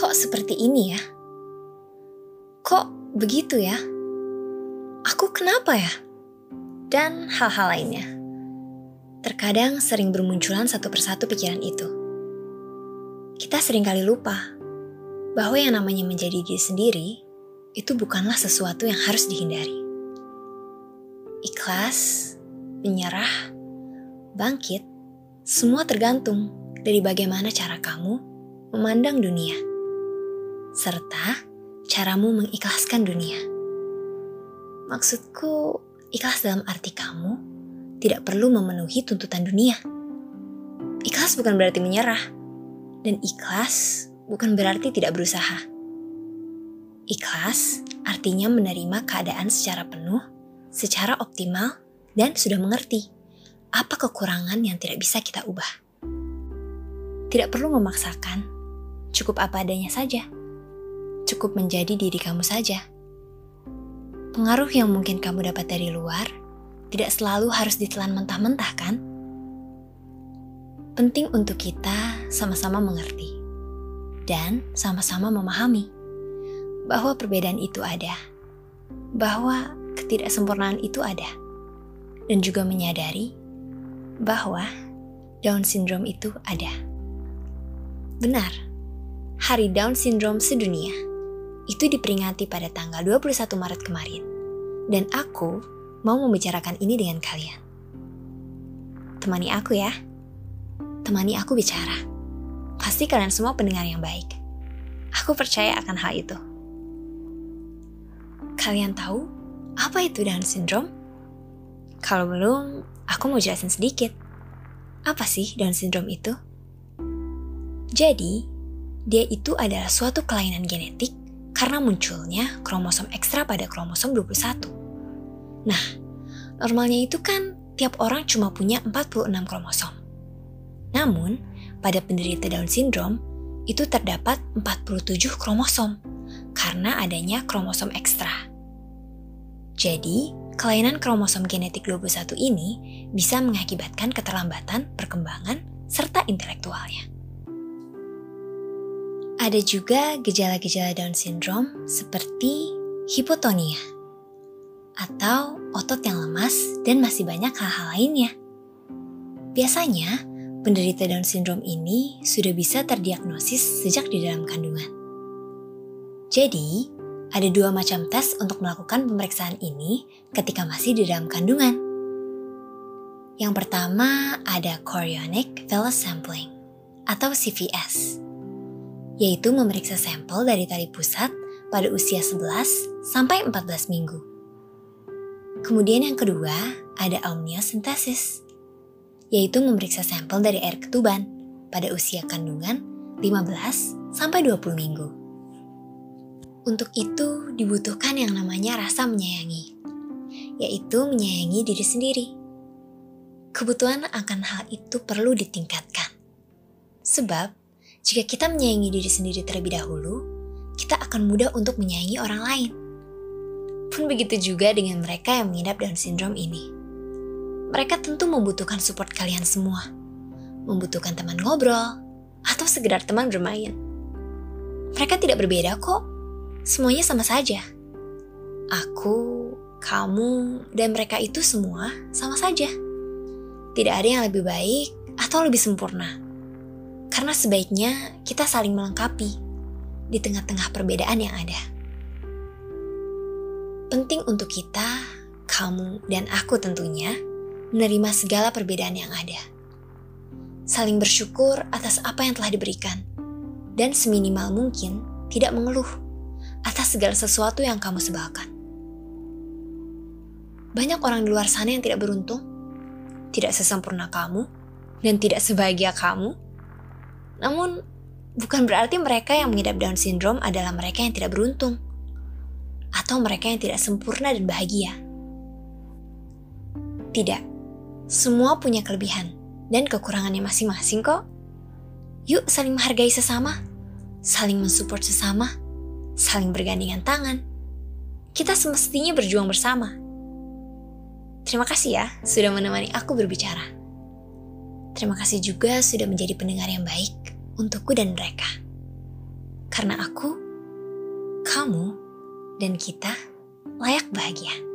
Kok seperti ini ya? Kok begitu ya? Aku kenapa ya? Dan hal-hal lainnya. Terkadang sering bermunculan satu persatu pikiran itu. Kita seringkali lupa bahwa yang namanya menjadi diri sendiri itu bukanlah sesuatu yang harus dihindari. Ikhlas, menyerah, bangkit, semua tergantung dari bagaimana cara kamu memandang dunia, serta caramu mengikhlaskan dunia. Maksudku, ikhlas dalam arti kamu tidak perlu memenuhi tuntutan dunia. Ikhlas bukan berarti menyerah, dan ikhlas bukan berarti tidak berusaha. Ikhlas artinya menerima keadaan secara penuh, secara optimal, dan sudah mengerti apa kekurangan yang tidak bisa kita ubah. Tidak perlu memaksakan, cukup apa adanya saja. Cukup menjadi diri kamu saja. Pengaruh yang mungkin kamu dapat dari luar tidak selalu harus ditelan mentah-mentah, kan? Penting untuk kita sama-sama mengerti dan sama-sama memahami bahwa perbedaan itu ada, bahwa ketidaksempurnaan itu ada, dan juga menyadari bahwa Down Syndrome itu ada. Benar, Hari Down Syndrome sedunia itu diperingati pada tanggal 21 Maret kemarin, dan aku mau membicarakan ini dengan kalian. Temani aku ya, temani aku bicara. Pasti kalian semua pendengar yang baik. Aku percaya akan hal itu. Kalian tahu apa itu Down Syndrome? Kalau belum, aku mau jelasin sedikit. Apa sih Down Syndrome itu? Jadi, dia itu adalah suatu kelainan genetik karena munculnya kromosom ekstra pada kromosom 21. Nah, normalnya itu kan tiap orang cuma punya 46 kromosom. Namun, pada penderita Down Syndrome, itu terdapat 47 kromosom karena adanya kromosom ekstra. Jadi, kelainan kromosom genetik 21 ini bisa mengakibatkan keterlambatan perkembangan serta intelektualnya. Ada juga gejala-gejala Down Syndrome seperti hipotonia atau otot yang lemas dan masih banyak hal-hal lainnya. Biasanya, penderita Down Syndrome ini sudah bisa terdiagnosis sejak di dalam kandungan. Jadi, ada 2 macam tes untuk melakukan pemeriksaan ini ketika masih di dalam kandungan. Yang pertama ada Chorionic Villus Sampling atau CVS, yaitu memeriksa sampel dari tali pusat pada usia 11 sampai 14 minggu. Kemudian yang kedua ada amniocentesis, yaitu memeriksa sampel dari air ketuban pada usia kandungan 15 sampai 20 minggu. Untuk itu dibutuhkan yang namanya rasa menyayangi, yaitu menyayangi diri sendiri. Kebutuhan akan hal itu perlu ditingkatkan. Sebab, jika kita menyayangi diri sendiri terlebih dahulu, kita akan mudah untuk menyayangi orang lain. Pun begitu juga dengan mereka yang mengidap Down Syndrome ini. Mereka tentu membutuhkan support kalian semua. Membutuhkan teman ngobrol, atau sekedar teman bermain. Mereka tidak berbeda kok. Semuanya sama saja. Aku, kamu, dan mereka itu semua sama saja. Tidak ada yang lebih baik atau lebih sempurna. Karena sebaiknya kita saling melengkapi di tengah-tengah perbedaan yang ada. Penting untuk kita, kamu dan aku tentunya, menerima segala perbedaan yang ada. Saling bersyukur atas apa yang telah diberikan, dan seminimal mungkin tidak mengeluh atas segala sesuatu yang kamu sebalkan. Banyak orang di luar sana yang tidak beruntung, tidak sesempurna kamu, dan tidak sebahagia kamu. Namun, bukan berarti mereka yang mengidap Down Syndrome adalah mereka yang tidak beruntung, atau mereka yang tidak sempurna dan bahagia. Tidak, semua punya kelebihan dan kekurangannya masing-masing kok. Yuk saling menghargai sesama, saling mensupport sesama, saling bergandengan tangan. Kita semestinya berjuang bersama. Terima kasih ya sudah menemani aku berbicara. Terima kasih juga sudah menjadi pendengar yang baik untukku dan mereka. Karena aku, kamu, dan kita layak bahagia.